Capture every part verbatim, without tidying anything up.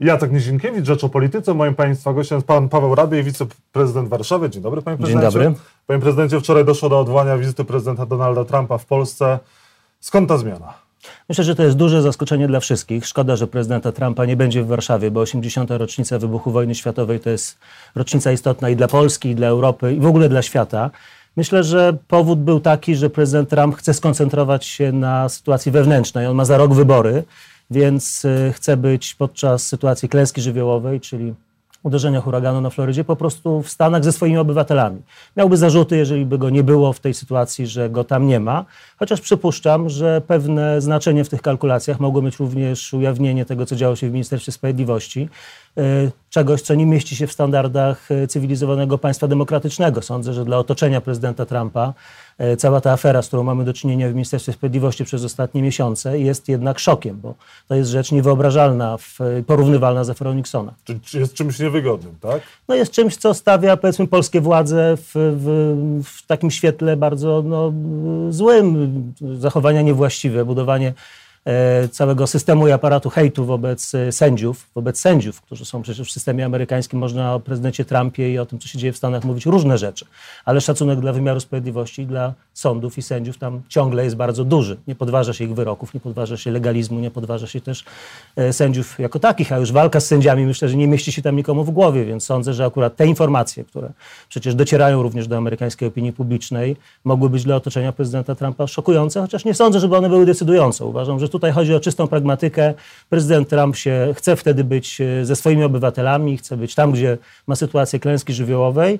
Jacek Nizinkiewicz, Rzecz o Polityce. Moim Państwa gościem jest pan Paweł Rabiej, wiceprezydent Warszawy. Dzień dobry, panie prezydencie. Dzień dobry. Panie prezydencie, wczoraj doszło do odwołania wizyty prezydenta Donalda Trumpa w Polsce. Skąd ta zmiana? Myślę, że to jest duże zaskoczenie dla wszystkich. Szkoda, że prezydenta Trumpa nie będzie w Warszawie, bo osiemdziesiąta rocznica wybuchu wojny światowej to jest rocznica istotna i dla Polski, i dla Europy, i w ogóle dla świata. Myślę, że powód był taki, że prezydent Trump chce skoncentrować się na sytuacji wewnętrznej. On ma za rok wybory, więc chce być podczas sytuacji klęski żywiołowej, czyli uderzenia huraganu na Florydzie, po prostu w Stanach ze swoimi obywatelami. Miałby zarzuty, jeżeli by go nie było w tej sytuacji, że go tam nie ma, chociaż przypuszczam, że pewne znaczenie w tych kalkulacjach mogło mieć również ujawnienie tego, co działo się w Ministerstwie Sprawiedliwości, czegoś, co nie mieści się w standardach cywilizowanego państwa demokratycznego. Sądzę, że dla otoczenia prezydenta Trumpa cała ta afera, z którą mamy do czynienia w Ministerstwie Sprawiedliwości przez ostatnie miesiące, jest jednak szokiem, bo to jest rzecz niewyobrażalna, porównywalna z aferą Nixona. Czy jest czymś niewygodnym, tak? No jest czymś, co stawia, powiedzmy, polskie władze w, w, w takim świetle bardzo no, złym. Zachowania niewłaściwe, budowanie całego systemu i aparatu hejtu wobec sędziów, wobec sędziów, którzy są przecież w systemie amerykańskim. Można o prezydencie Trumpie i o tym, co się dzieje w Stanach, mówić różne rzeczy, ale szacunek dla wymiaru sprawiedliwości, dla sądów i sędziów tam ciągle jest bardzo duży. Nie podważa się ich wyroków, nie podważa się legalizmu, nie podważa się też sędziów jako takich, a już walka z sędziami, myślę, że nie mieści się tam nikomu w głowie, więc sądzę, że akurat te informacje, które przecież docierają również do amerykańskiej opinii publicznej, mogły być dla otoczenia prezydenta Trumpa szokujące, chociaż nie sądzę, żeby one były decydujące. Uważam, że tutaj chodzi o czystą pragmatykę. Prezydent Trump się chce wtedy być ze swoimi obywatelami, chce być tam, gdzie ma sytuację klęski żywiołowej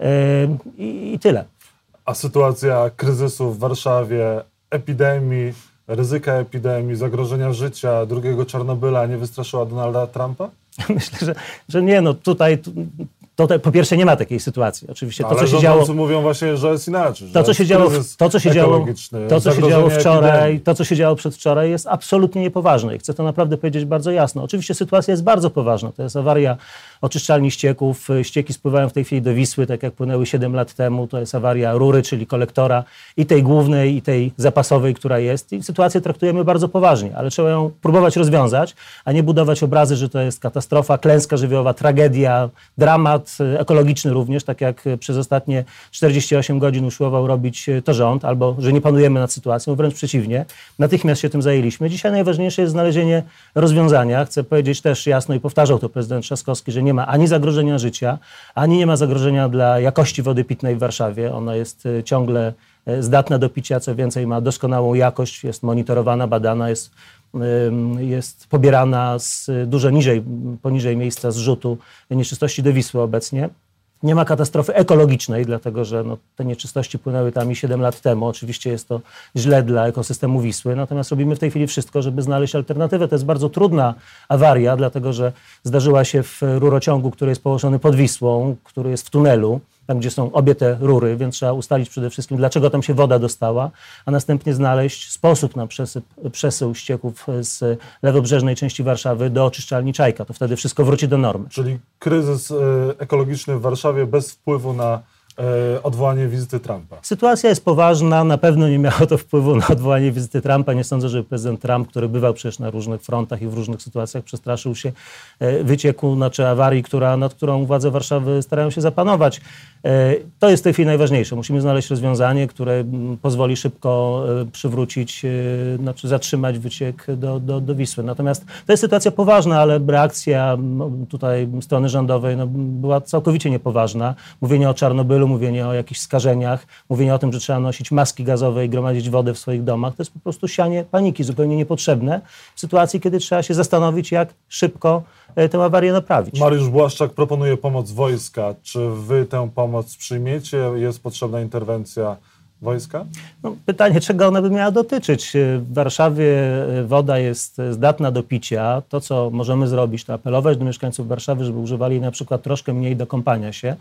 i, i tyle. A sytuacja kryzysu w Warszawie, epidemii, ryzyka epidemii, zagrożenia życia, drugiego Czarnobyla nie wystraszyła Donalda Trumpa? Myślę, że, że nie. No tutaj... To, to, po pierwsze nie ma takiej sytuacji. Oczywiście to, ale co się działo... mówią właśnie, że jest inaczej. To, co się działo, to, co się działo, to, co się działo wczoraj, epidemii. to, co się działo przedwczoraj, jest absolutnie niepoważne i chcę to naprawdę powiedzieć bardzo jasno. Oczywiście sytuacja jest bardzo poważna. To jest awaria oczyszczalni ścieków. Ścieki spływają w tej chwili do Wisły, tak jak płynęły siedem lat temu. To jest awaria rury, czyli kolektora i tej głównej, i tej zapasowej, która jest. I sytuację traktujemy bardzo poważnie, ale trzeba ją próbować rozwiązać, a nie budować obrazy, że to jest katastrofa, klęska żywiołowa, tragedia, dramat, ekologiczny również, tak jak przez ostatnie czterdzieści osiem godzin usiłował robić to rząd, albo że nie panujemy nad sytuacją, wręcz przeciwnie. Natychmiast się tym zajęliśmy. Dzisiaj najważniejsze jest znalezienie rozwiązania. Chcę powiedzieć też jasno i powtarzał to prezydent Trzaskowski, że nie ma ani zagrożenia życia, ani nie ma zagrożenia dla jakości wody pitnej w Warszawie. Ona jest ciągle zdatna do picia, co więcej ma doskonałą jakość, jest monitorowana, badana, jest jest pobierana z dużo niżej, poniżej miejsca zrzutu nieczystości do Wisły obecnie. Nie ma katastrofy ekologicznej, dlatego że no, te nieczystości płynęły tam i siedem lat temu. Oczywiście jest to źle dla ekosystemu Wisły, natomiast robimy w tej chwili wszystko, żeby znaleźć alternatywę. To jest bardzo trudna awaria, dlatego że zdarzyła się w rurociągu, który jest położony pod Wisłą, który jest w tunelu, tam gdzie są obie te rury, więc trzeba ustalić przede wszystkim, dlaczego tam się woda dostała, a następnie znaleźć sposób na przesyp, przesył ścieków z lewobrzeżnej części Warszawy do oczyszczalni Czajka. To wtedy wszystko wróci do normy. Czyli kryzys ekologiczny w Warszawie bez wpływu na odwołanie wizyty Trumpa. Sytuacja jest poważna, na pewno nie miało to wpływu na odwołanie wizyty Trumpa. Nie sądzę, żeby prezydent Trump, który bywał przecież na różnych frontach i w różnych sytuacjach, przestraszył się wycieku, znaczy awarii, która, nad którą władze Warszawy starają się zapanować. To jest w tej chwili najważniejsze. Musimy znaleźć rozwiązanie, które pozwoli szybko przywrócić, znaczy zatrzymać wyciek do, do, do Wisły. Natomiast to jest sytuacja poważna, ale reakcja tutaj strony rządowej no, była całkowicie niepoważna. Mówienie o Czarnobylu, mówienie o jakichś skażeniach, mówienie o tym, że trzeba nosić maski gazowe i gromadzić wodę w swoich domach, to jest po prostu sianie paniki, zupełnie niepotrzebne w sytuacji, kiedy trzeba się zastanowić, jak szybko tę awarię naprawić. Mariusz Błaszczak proponuje pomoc wojska. Czy wy tę pomoc przyjmiecie? Jest potrzebna interwencja wojska? No, pytanie, czego ona by miała dotyczyć. W Warszawie woda jest zdatna do picia. To, co możemy zrobić, to apelować do mieszkańców Warszawy, żeby używali na przykład troszkę mniej do kąpania się,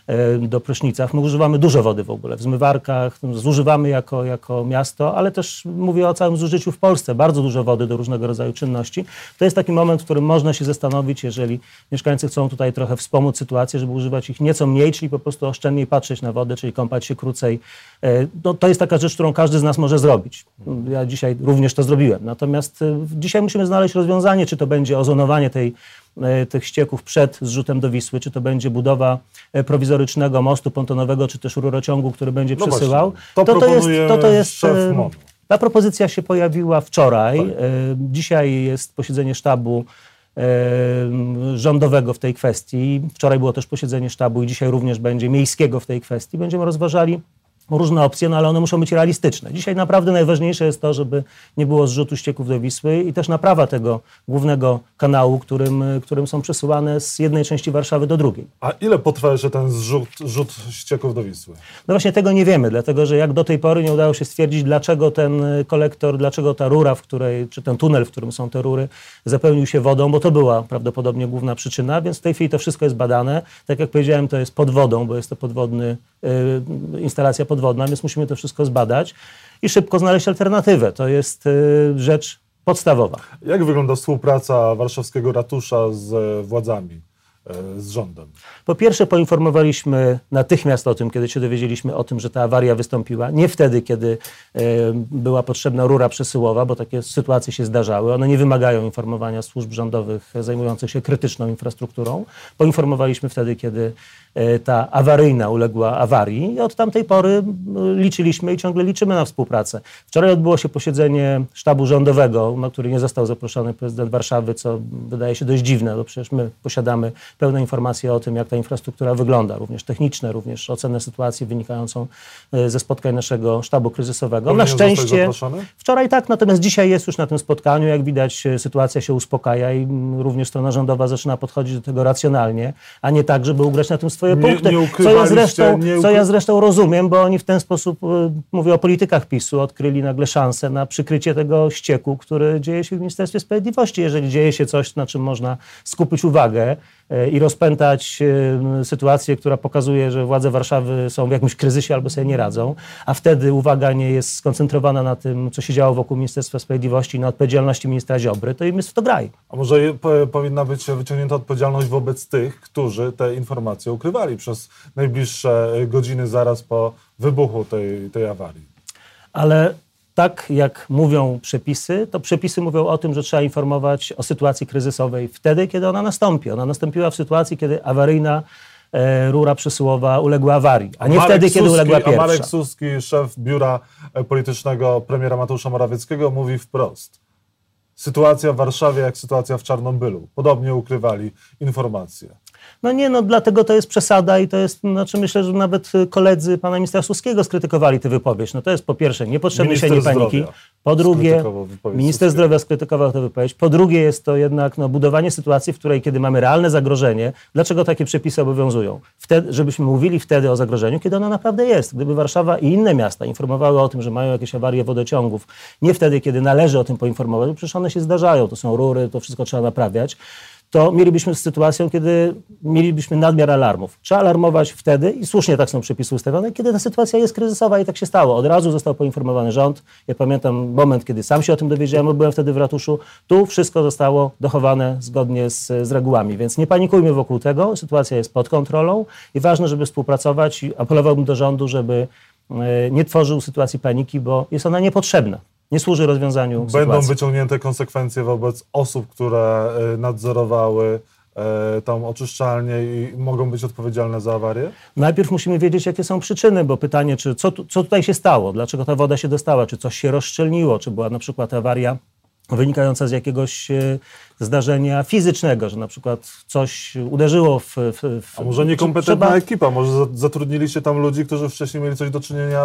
do prysznicach. My używamy dużo wody w ogóle, w zmywarkach, zużywamy jako, jako miasto, ale też mówię o całym zużyciu w Polsce. Bardzo dużo wody do różnego rodzaju czynności. To jest taki moment, w którym można się zastanowić, jeżeli mieszkańcy chcą tutaj trochę wspomóc sytuację, żeby używać ich nieco mniej, czyli po prostu oszczędniej patrzeć na wodę, czyli kąpać się krócej. No, to jest taka rzecz, którą każdy z nas może zrobić. Ja dzisiaj również to zrobiłem. Natomiast dzisiaj musimy znaleźć rozwiązanie, czy to będzie ozonowanie tej tych ścieków przed zrzutem do Wisły, czy to będzie budowa prowizorycznego mostu pontonowego, czy też rurociągu, który będzie no przesyłał, to, to, to jest... To, to jest szef MON-u. Ta propozycja się pojawiła wczoraj. Tak. Dzisiaj jest posiedzenie sztabu rządowego w tej kwestii. Wczoraj było też posiedzenie sztabu i dzisiaj również będzie miejskiego w tej kwestii. Będziemy rozważali różne opcje, no ale one muszą być realistyczne. Dzisiaj naprawdę najważniejsze jest to, żeby nie było zrzutu ścieków do Wisły i też naprawa tego głównego kanału, którym, którym są przesyłane z jednej części Warszawy do drugiej. A ile potrwa jeszcze ten zrzut, zrzut ścieków do Wisły? No właśnie tego nie wiemy, dlatego że jak do tej pory nie udało się stwierdzić, dlaczego ten kolektor, dlaczego ta rura, w której, czy ten tunel, w którym są te rury, zapełnił się wodą, bo to była prawdopodobnie główna przyczyna, więc w tej chwili to wszystko jest badane. Tak jak powiedziałem, to jest pod wodą, bo jest to podwodny, yy, instalacja podwodna, więc musimy to wszystko zbadać i szybko znaleźć alternatywę. To jest yy, rzecz podstawowa. Jak wygląda współpraca warszawskiego ratusza z władzami, z rządem? Po pierwsze poinformowaliśmy natychmiast o tym, kiedy się dowiedzieliśmy o tym, że ta awaria wystąpiła. Nie wtedy, kiedy y, była potrzebna rura przesyłowa, bo takie sytuacje się zdarzały. One nie wymagają informowania służb rządowych zajmujących się krytyczną infrastrukturą. Poinformowaliśmy wtedy, kiedy y, ta awaryjna uległa awarii i od tamtej pory y, liczyliśmy i ciągle liczymy na współpracę. Wczoraj odbyło się posiedzenie sztabu rządowego, na który nie został zaproszony prezydent Warszawy, co wydaje się dość dziwne, bo przecież my posiadamy pełne informacje o tym, jak ta infrastruktura wygląda, również techniczne, również ocenę sytuacji wynikającą ze spotkań naszego sztabu kryzysowego. Na szczęście wczoraj tak, natomiast dzisiaj jest już na tym spotkaniu. Jak widać, sytuacja się uspokaja i również strona rządowa zaczyna podchodzić do tego racjonalnie, a nie tak, żeby ugrać na tym swoje nie, punkty. Nie co, ja zresztą, nie co ja zresztą rozumiem, bo oni w ten sposób, mówię o politykach PiSu, odkryli nagle szansę na przykrycie tego ścieku, który dzieje się w Ministerstwie Sprawiedliwości. Jeżeli dzieje się coś, na czym można skupić uwagę i rozpętać sytuację, która pokazuje, że władze Warszawy są w jakimś kryzysie albo sobie nie radzą, a wtedy uwaga nie jest skoncentrowana na tym, co się działo wokół Ministerstwa Sprawiedliwości i na odpowiedzialności ministra Ziobry, to im jest w to graj. A może powinna być wyciągnięta odpowiedzialność wobec tych, którzy te informacje ukrywali przez najbliższe godziny zaraz po wybuchu tej, tej awarii? Ale tak jak mówią przepisy, to przepisy mówią o tym, że trzeba informować o sytuacji kryzysowej wtedy, kiedy ona nastąpi. Ona nastąpiła w sytuacji, kiedy awaryjna e, rura przesyłowa uległa awarii, a nie Marek wtedy, Suski, kiedy uległa pierwsza. A Marek Suski, szef biura politycznego premiera Mateusza Morawieckiego, mówi wprost: sytuacja w Warszawie jak sytuacja w Czarnobylu. Podobnie ukrywali informacje. No nie, no dlatego to jest przesada i to jest, znaczy myślę, że nawet koledzy pana ministra Suskiego skrytykowali tę wypowiedź. No to jest po pierwsze niepotrzebne sianie paniki. Po drugie, minister zdrowia skrytykował tę wypowiedź. Po drugie jest to jednak no, budowanie sytuacji, w której kiedy mamy realne zagrożenie, dlaczego takie przepisy obowiązują? Wtedy, żebyśmy mówili wtedy o zagrożeniu, kiedy ono naprawdę jest. Gdyby Warszawa i inne miasta informowały o tym, że mają jakieś awarie wodociągów, nie wtedy, kiedy należy o tym poinformować, bo przecież one się zdarzają, to są rury, to wszystko trzeba naprawiać, to mielibyśmy sytuację, kiedy mielibyśmy nadmiar alarmów. Trzeba alarmować wtedy, i słusznie tak są przepisy ustawione, kiedy ta sytuacja jest kryzysowa i tak się stało. Od razu został poinformowany rząd. Ja pamiętam moment, kiedy sam się o tym dowiedziałem, bo byłem wtedy w ratuszu. Tu wszystko zostało dochowane zgodnie z, z regułami, więc nie panikujmy wokół tego. Sytuacja jest pod kontrolą i ważne, żeby współpracować i apelowałbym do rządu, żeby nie tworzył sytuacji paniki, bo jest ona niepotrzebna. Nie służy rozwiązaniu Będą sytuacji. Będą wyciągnięte konsekwencje wobec osób, które nadzorowały tą oczyszczalnię i mogą być odpowiedzialne za awarię? Najpierw musimy wiedzieć, jakie są przyczyny, bo pytanie, czy co, co tutaj się stało, dlaczego ta woda się dostała, czy coś się rozszczelniło, czy była na przykład awaria wynikająca z jakiegoś zdarzenia fizycznego, że na przykład coś uderzyło w... w, w A może niekompetentna trzeba... ekipa, może zatrudniliście tam ludzi, którzy wcześniej mieli coś do czynienia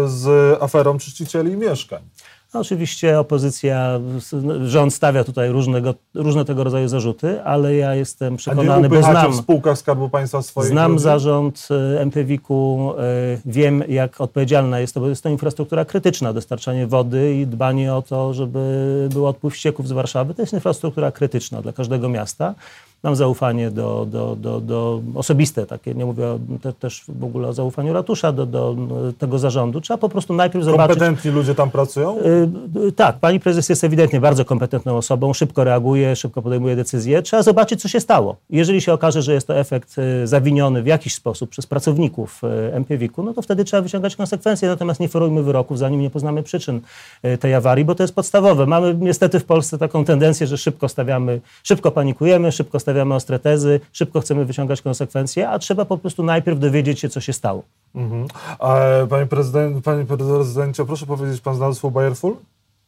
z aferą czyścicieli mieszkań? No, oczywiście opozycja, rząd stawia tutaj różnego, różne tego rodzaju zarzuty, ale ja jestem przekonany, bo znam, w spółkach Skarbu Państwa swoich znam ludzi? zarząd em pe wi ku, wiem jak odpowiedzialna jest to, bo jest to infrastruktura krytyczna, dostarczanie wody i dbanie o to, żeby był odpływ ścieków z Warszawy. To jest infrastruktura krytyczna dla każdego miasta. Mam zaufanie do, do, do, do osobiste, takie, nie mówię te, też w ogóle o zaufaniu ratusza do, do tego zarządu. Trzeba po prostu najpierw zobaczyć... Kompetentni ludzie tam pracują? Yy, tak, pani prezes jest ewidentnie bardzo kompetentną osobą, szybko reaguje, szybko podejmuje decyzje. Trzeba zobaczyć, co się stało. Jeżeli się okaże, że jest to efekt yy, zawiniony w jakiś sposób przez pracowników yy, em pe wi ku, no to wtedy trzeba wyciągać konsekwencje, natomiast nie forujmy wyroków, zanim nie poznamy przyczyn yy, tej awarii, bo to jest podstawowe. Mamy niestety w Polsce taką tendencję, że szybko stawiamy, szybko panikujemy, szybko stawiamy stawiamy ostre tezy, szybko chcemy wyciągać konsekwencje, a trzeba po prostu najpierw dowiedzieć się, co się stało. Mhm. A panie, prezydent, panie prezydencie, proszę powiedzieć, pan znał słowo Bayerful?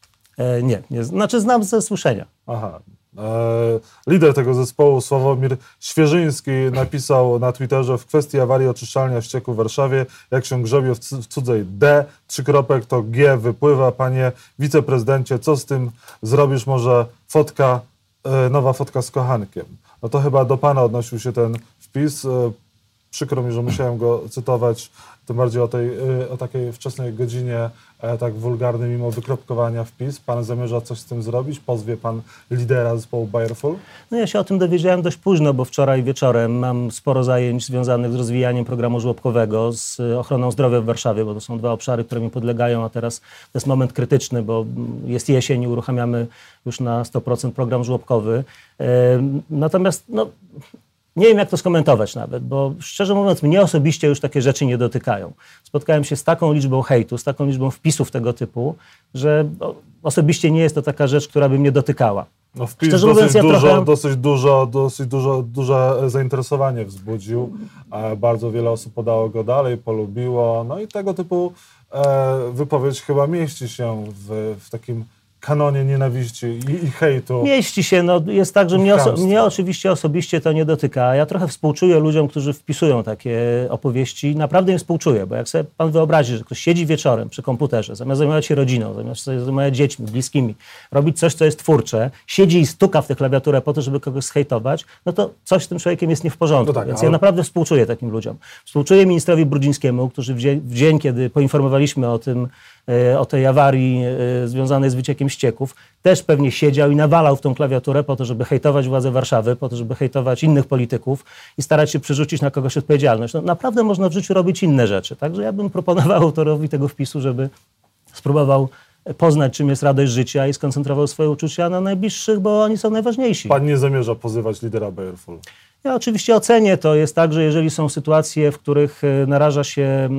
E, nie, nie, znaczy znam ze słyszenia. Aha. E, lider tego zespołu, Sławomir Świeżyński, napisał na Twitterze: w kwestii awarii oczyszczalnia ścieków w Warszawie, jak się grzebie w, w cudzej D, trzy kropek to G wypływa. Panie wiceprezydencie, co z tym zrobisz? Może fotka, e, nowa fotka z kochankiem. No to chyba do pana odnosił się ten wpis. E, przykro mi, że musiałem go cytować, tym bardziej o, tej, o takiej wczesnej godzinie, e, tak wulgarny, mimo wykropkowania wpis. Pan zamierza coś z tym zrobić? Pozwie pan lidera zespołu Bayerful? No ja się o tym dowiedziałem dość późno, bo wczoraj wieczorem mam sporo zajęć związanych z rozwijaniem programu żłobkowego, z ochroną zdrowia w Warszawie, bo to są dwa obszary, które mi podlegają, a teraz to jest moment krytyczny, bo jest jesień i uruchamiamy już na sto procent program żłobkowy. E, natomiast no, nie wiem, jak to skomentować nawet, bo szczerze mówiąc, mnie osobiście już takie rzeczy nie dotykają. Spotkałem się z taką liczbą hejtu, z taką liczbą wpisów tego typu, że osobiście nie jest to taka rzecz, która by mnie dotykała. No wpis dosyć, mówiąc, ja dużo, trochę... dosyć, dużo, dosyć dużo, duże zainteresowanie wzbudził. Bardzo wiele osób podało go dalej, polubiło. No i tego typu e, wypowiedź chyba mieści się w, w takim kanonie nienawiści i, i hejtu. Mieści się. No, jest tak, że mnie, oso- mnie oczywiście osobiście to nie dotyka. Ja trochę współczuję ludziom, którzy wpisują takie opowieści. Naprawdę im współczuję, bo jak sobie pan wyobrazi, że ktoś siedzi wieczorem przy komputerze, zamiast zajmować się rodziną, zamiast się zajmować dziećmi, bliskimi, robić coś, co jest twórcze, siedzi i stuka w tę klawiaturę po to, żeby kogoś zhejtować, no to coś z tym człowiekiem jest nie w porządku. No tak, Więc ale... ja naprawdę współczuję takim ludziom. Współczuję ministrowi Brudzińskiemu, którzy w dzień, w dzień kiedy poinformowaliśmy o tym, o tej awarii związanej z wyciekiem ścieków, też pewnie siedział i nawalał w tą klawiaturę po to, żeby hejtować władze Warszawy, po to, żeby hejtować innych polityków i starać się przerzucić na kogoś odpowiedzialność. No, naprawdę można w życiu robić inne rzeczy. Także ja bym proponował autorowi tego wpisu, żeby spróbował poznać, czym jest radość życia i skoncentrował swoje uczucia na najbliższych, bo oni są najważniejsi. Pan nie zamierza pozywać lidera Bayerful? Ja oczywiście ocenię. To jest tak, że jeżeli są sytuacje, w których naraża się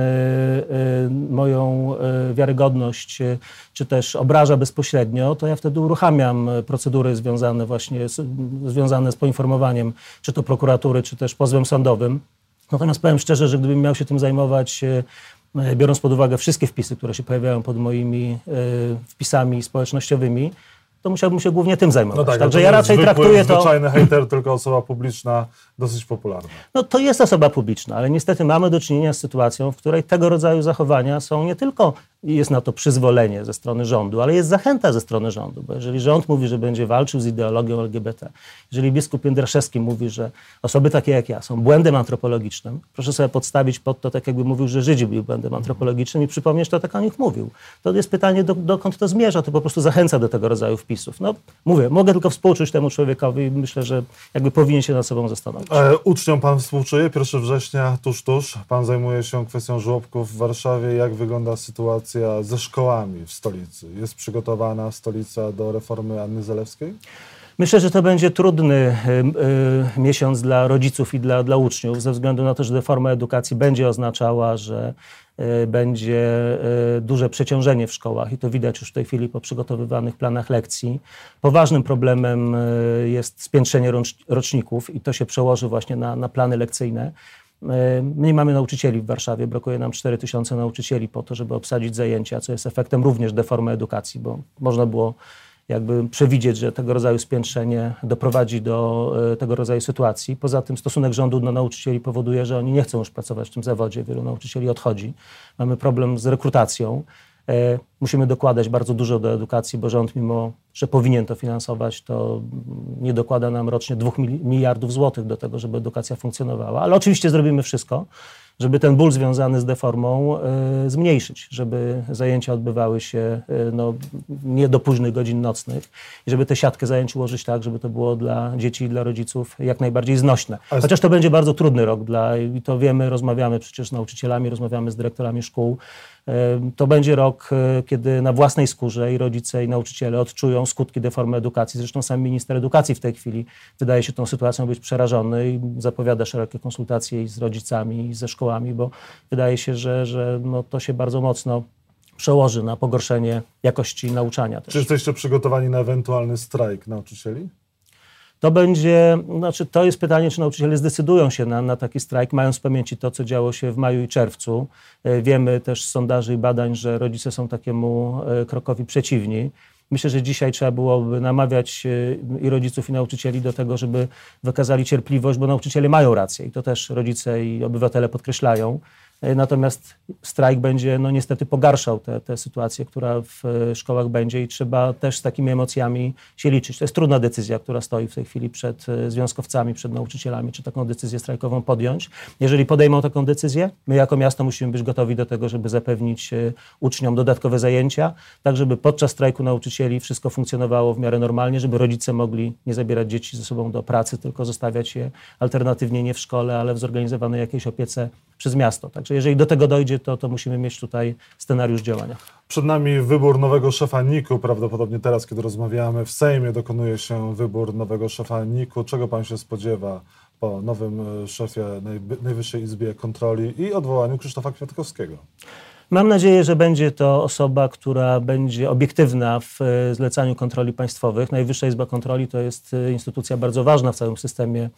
moją wiarygodność, czy też obraża bezpośrednio, to ja wtedy uruchamiam procedury związane właśnie z, związane z poinformowaniem, czy to prokuratury, czy też pozwem sądowym. Natomiast powiem szczerze, że gdybym miał się tym zajmować, biorąc pod uwagę wszystkie wpisy, które się pojawiają pod moimi wpisami społecznościowymi, to musiałbym się głównie tym zajmować. No tak, Także to ja raczej zwykły, traktuję to... zwyczajny hejter, tylko osoba publiczna, dosyć popularna. No to jest osoba publiczna, ale niestety mamy do czynienia z sytuacją, w której tego rodzaju zachowania są nie tylko, jest na to przyzwolenie ze strony rządu, ale jest zachęta ze strony rządu, bo jeżeli rząd mówi, że będzie walczył z ideologią L G B T, jeżeli biskup Jędraszewski mówi, że osoby takie jak ja są błędem antropologicznym, proszę sobie podstawić pod to, tak jakby mówił, że Żydzi byli błędem antropologicznym i przypomnieć, to tak o nich mówił. To jest pytanie, do, dokąd to zmierza, to po prostu zachęca do tego rodzaju wpisów. No mówię, mogę tylko współczuć temu człowiekowi i myślę, że jakby powinien się nad sobą zastanowić. E, uczniom pan współczuje? pierwszego września, tuż, tuż. Pan zajmuje się kwestią żłobków w Warszawie. Jak wygląda sytuacja ze szkołami w stolicy? Jest przygotowana stolica do reformy Anny Zalewskiej? Myślę, że to będzie trudny y, y, miesiąc dla rodziców i dla, dla uczniów, ze względu na to, że reforma edukacji będzie oznaczała, że y, będzie y, duże przeciążenie w szkołach i to widać już w tej chwili po przygotowywanych planach lekcji. Poważnym problemem y, jest spiętrzenie roczników i to się przełoży właśnie na, na plany lekcyjne. My nie mamy nauczycieli w Warszawie, brakuje nam cztery tysiące nauczycieli po to, żeby obsadzić zajęcia, co jest efektem również deformy edukacji, bo można było jakby przewidzieć, że tego rodzaju spiętrzenie doprowadzi do tego rodzaju sytuacji. Poza tym stosunek rządu do nauczycieli powoduje, że oni nie chcą już pracować w tym zawodzie. Wielu nauczycieli odchodzi. Mamy problem z rekrutacją. Musimy dokładać bardzo dużo do edukacji, bo rząd, mimo że powinien to finansować, to nie dokłada nam rocznie dwóch miliardów złotych do tego, żeby edukacja funkcjonowała. Ale oczywiście zrobimy wszystko, żeby ten ból związany z deformą y, zmniejszyć, żeby zajęcia odbywały się y, no, nie do późnych godzin nocnych i żeby tę siatkę zajęć ułożyć tak, żeby to było dla dzieci i dla rodziców jak najbardziej znośne. Chociaż to będzie bardzo trudny rok dla, i to wiemy, rozmawiamy przecież z nauczycielami, rozmawiamy z dyrektorami szkół. Y, to będzie rok, y, kiedy na własnej skórze i rodzice, i nauczyciele odczują skutki deformy edukacji. Zresztą sam minister edukacji w tej chwili wydaje się tą sytuacją być przerażony i zapowiada szerokie konsultacje i z rodzicami, i ze szkołami, bo wydaje się, że, że no to się bardzo mocno przełoży na pogorszenie jakości nauczania też. Czy jesteście przygotowani na ewentualny strajk nauczycieli? To będzie, znaczy to jest pytanie, czy nauczyciele zdecydują się na, na taki strajk, mając w pamięci to, co działo się w maju i czerwcu. Wiemy też z sondaży i badań, że rodzice są takiemu krokowi przeciwni. Myślę, że dzisiaj trzeba byłoby namawiać i rodziców, i nauczycieli do tego, żeby wykazali cierpliwość, bo nauczyciele mają rację i to też rodzice i obywatele podkreślają. Natomiast strajk będzie no niestety pogarszał tę sytuację, która w szkołach będzie i trzeba też z takimi emocjami się liczyć. To jest trudna decyzja, która stoi w tej chwili przed związkowcami, przed nauczycielami, czy taką decyzję strajkową podjąć. Jeżeli podejmą taką decyzję, my jako miasto musimy być gotowi do tego, żeby zapewnić uczniom dodatkowe zajęcia, tak żeby podczas strajku nauczycieli wszystko funkcjonowało w miarę normalnie, żeby rodzice mogli nie zabierać dzieci ze sobą do pracy, tylko zostawiać je alternatywnie nie w szkole, ale w zorganizowanej jakiejś opiece przez miasto. Także jeżeli do tego dojdzie, to, to musimy mieć tutaj scenariusz działania. Przed nami wybór nowego szefa N I K-u. Prawdopodobnie teraz, kiedy rozmawiamy, w Sejmie dokonuje się wybór nowego szefa N I K-u. Czego pan się spodziewa po nowym szefie Najwyższej Izbie Kontroli i odwołaniu Krzysztofa Kwiatkowskiego? Mam nadzieję, że będzie to osoba, która będzie obiektywna w zlecaniu kontroli państwowych. Najwyższa Izba Kontroli to jest instytucja bardzo ważna w całym systemie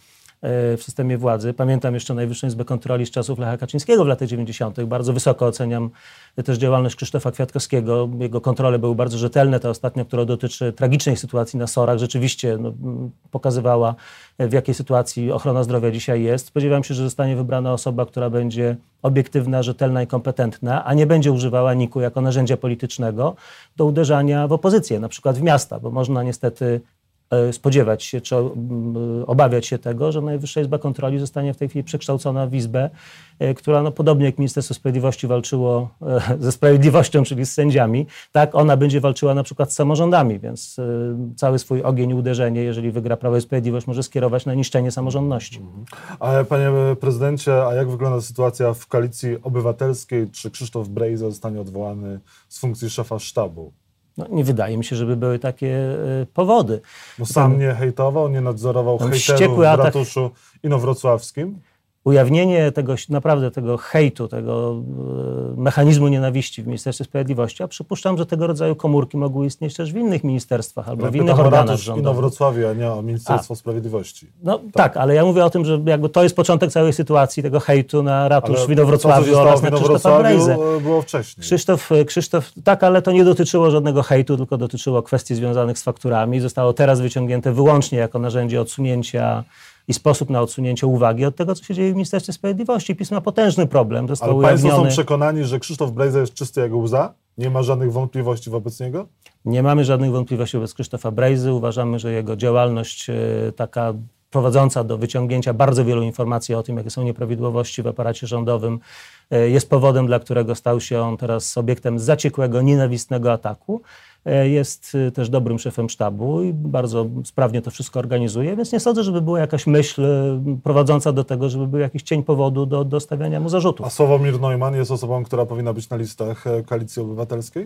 w systemie władzy. Pamiętam jeszcze Najwyższą Izbę Kontroli z czasów Lecha Kaczyńskiego w latach dziewięćdziesiątych. Bardzo wysoko oceniam też działalność Krzysztofa Kwiatkowskiego. Jego kontrole były bardzo rzetelne. Ta ostatnia, która dotyczy tragicznej sytuacji na SOR-ach, rzeczywiście no, pokazywała, w jakiej sytuacji ochrona zdrowia dzisiaj jest. Spodziewam się, że zostanie wybrana osoba, która będzie obiektywna, rzetelna i kompetentna, a nie będzie używała N I K-u jako narzędzia politycznego do uderzania w opozycję, na przykład w miasta, bo można niestety spodziewać się, czy obawiać się tego, że Najwyższa Izba Kontroli zostanie w tej chwili przekształcona w izbę, która no, podobnie jak Ministerstwo Sprawiedliwości walczyło ze sprawiedliwością, czyli z sędziami, tak ona będzie walczyła na przykład z samorządami, więc cały swój ogień i uderzenie, jeżeli wygra Prawo i Sprawiedliwość, może skierować na niszczenie samorządności. Ale panie prezydencie, a jak wygląda sytuacja w Koalicji Obywatelskiej? Czy Krzysztof Brejza zostanie odwołany z funkcji szefa sztabu? No, nie wydaje mi się, żeby były takie y, powody. Bo sam nie hejtował, nie nadzorował hejterów w ratuszu inowrocławskim? Ujawnienie tego, naprawdę tego hejtu, tego y, mechanizmu nienawiści w Ministerstwie Sprawiedliwości, a przypuszczam, że tego rodzaju komórki mogły istnieć też w innych ministerstwach albo ja w innych organach ratusz rządowych. Inowrocławia, a nie o Ministerstwo a. Sprawiedliwości. No tak. tak, ale ja mówię o tym, że jakby to jest początek całej sytuacji, tego hejtu na ratusz ale w Inowrocławiu oraz na Krzysztofa Brejzę. Było wcześniej. Krzysztof, Krzysztof, tak, ale to nie dotyczyło żadnego hejtu, tylko dotyczyło kwestii związanych z fakturami. Zostało teraz wyciągnięte wyłącznie jako narzędzie odsunięcia i sposób na odsunięcie uwagi od tego, co się dzieje w Ministerstwie Sprawiedliwości. PiS ma potężny problem. Został Ale ujawniony... państwo są przekonani, że Krzysztof Brejza jest czysty jak łza? Nie ma żadnych wątpliwości wobec niego? Nie mamy żadnych wątpliwości wobec Krzysztofa Brejzy. Uważamy, że jego działalność taka prowadząca do wyciągnięcia bardzo wielu informacji o tym, jakie są nieprawidłowości w aparacie rządowym, jest powodem, dla którego stał się on teraz obiektem zaciekłego, nienawistnego ataku. Jest też dobrym szefem sztabu i bardzo sprawnie to wszystko organizuje, więc nie sądzę, żeby była jakaś myśl prowadząca do tego, żeby był jakiś cień powodu do, do stawiania mu zarzutów. A Sławomir Neumann jest osobą, która powinna być na listach Koalicji Obywatelskiej?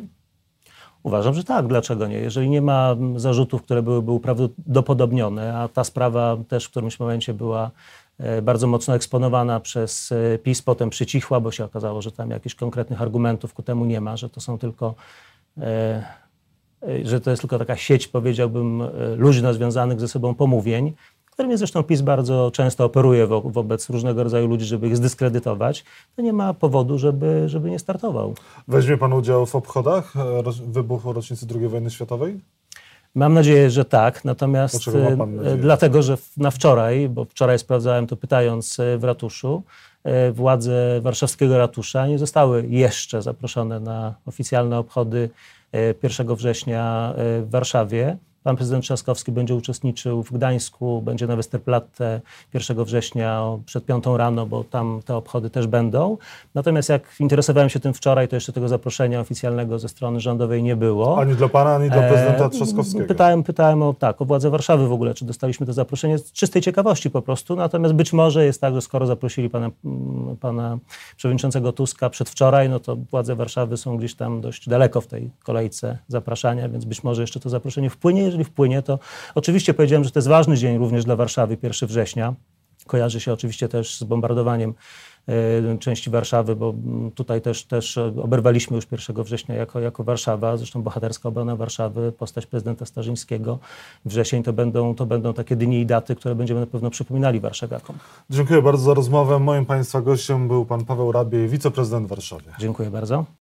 Uważam, że tak. Dlaczego nie? Jeżeli nie ma zarzutów, które byłyby uprawdopodobnione, a ta sprawa też w którymś momencie była bardzo mocno eksponowana przez PiS, potem przycichła, bo się okazało, że tam jakichś konkretnych argumentów ku temu nie ma, że to są tylko... że to jest tylko taka sieć, powiedziałbym, luźno związanych ze sobą pomówień, którymi zresztą PiS bardzo często operuje wo wobec różnego rodzaju ludzi, żeby ich zdyskredytować, to nie ma powodu, żeby, żeby nie startował. Weźmie pan udział w obchodach wybuchu rocznicy drugiej wojny światowej? Mam nadzieję, że tak, natomiast dlatego, że na wczoraj, bo wczoraj sprawdzałem to pytając w ratuszu, władze warszawskiego ratusza nie zostały jeszcze zaproszone na oficjalne obchody pierwszego września w Warszawie. Pan prezydent Trzaskowski będzie uczestniczył w Gdańsku, będzie na Westerplatte pierwszego września przed piątą rano, bo tam te obchody też będą. Natomiast jak interesowałem się tym wczoraj, to jeszcze tego zaproszenia oficjalnego ze strony rządowej nie było. Ani dla pana, ani dla prezydenta Trzaskowskiego. Pytałem, pytałem o tak, o władze Warszawy w ogóle, czy dostaliśmy to zaproszenie z czystej ciekawości po prostu. Natomiast być może jest tak, że skoro zaprosili pana, pana przewodniczącego Tuska przedwczoraj, no to władze Warszawy są gdzieś tam dość daleko w tej kolejce zapraszania, więc być może jeszcze to zaproszenie wpłynie. Jeżeli wpłynie, to oczywiście powiedziałem, że to jest ważny dzień również dla Warszawy, pierwszego września. Kojarzy się oczywiście też z bombardowaniem części Warszawy, bo tutaj też, też oberwaliśmy już pierwszego września jako, jako Warszawa, zresztą bohaterska obrona Warszawy, postać prezydenta Starzyńskiego. Wrzesień to będą, to będą takie dni i daty, które będziemy na pewno przypominali warszawiakom. Dziękuję bardzo za rozmowę. Moim Państwa gościem był pan Paweł Rabiej, wiceprezydent Warszawy. Dziękuję bardzo.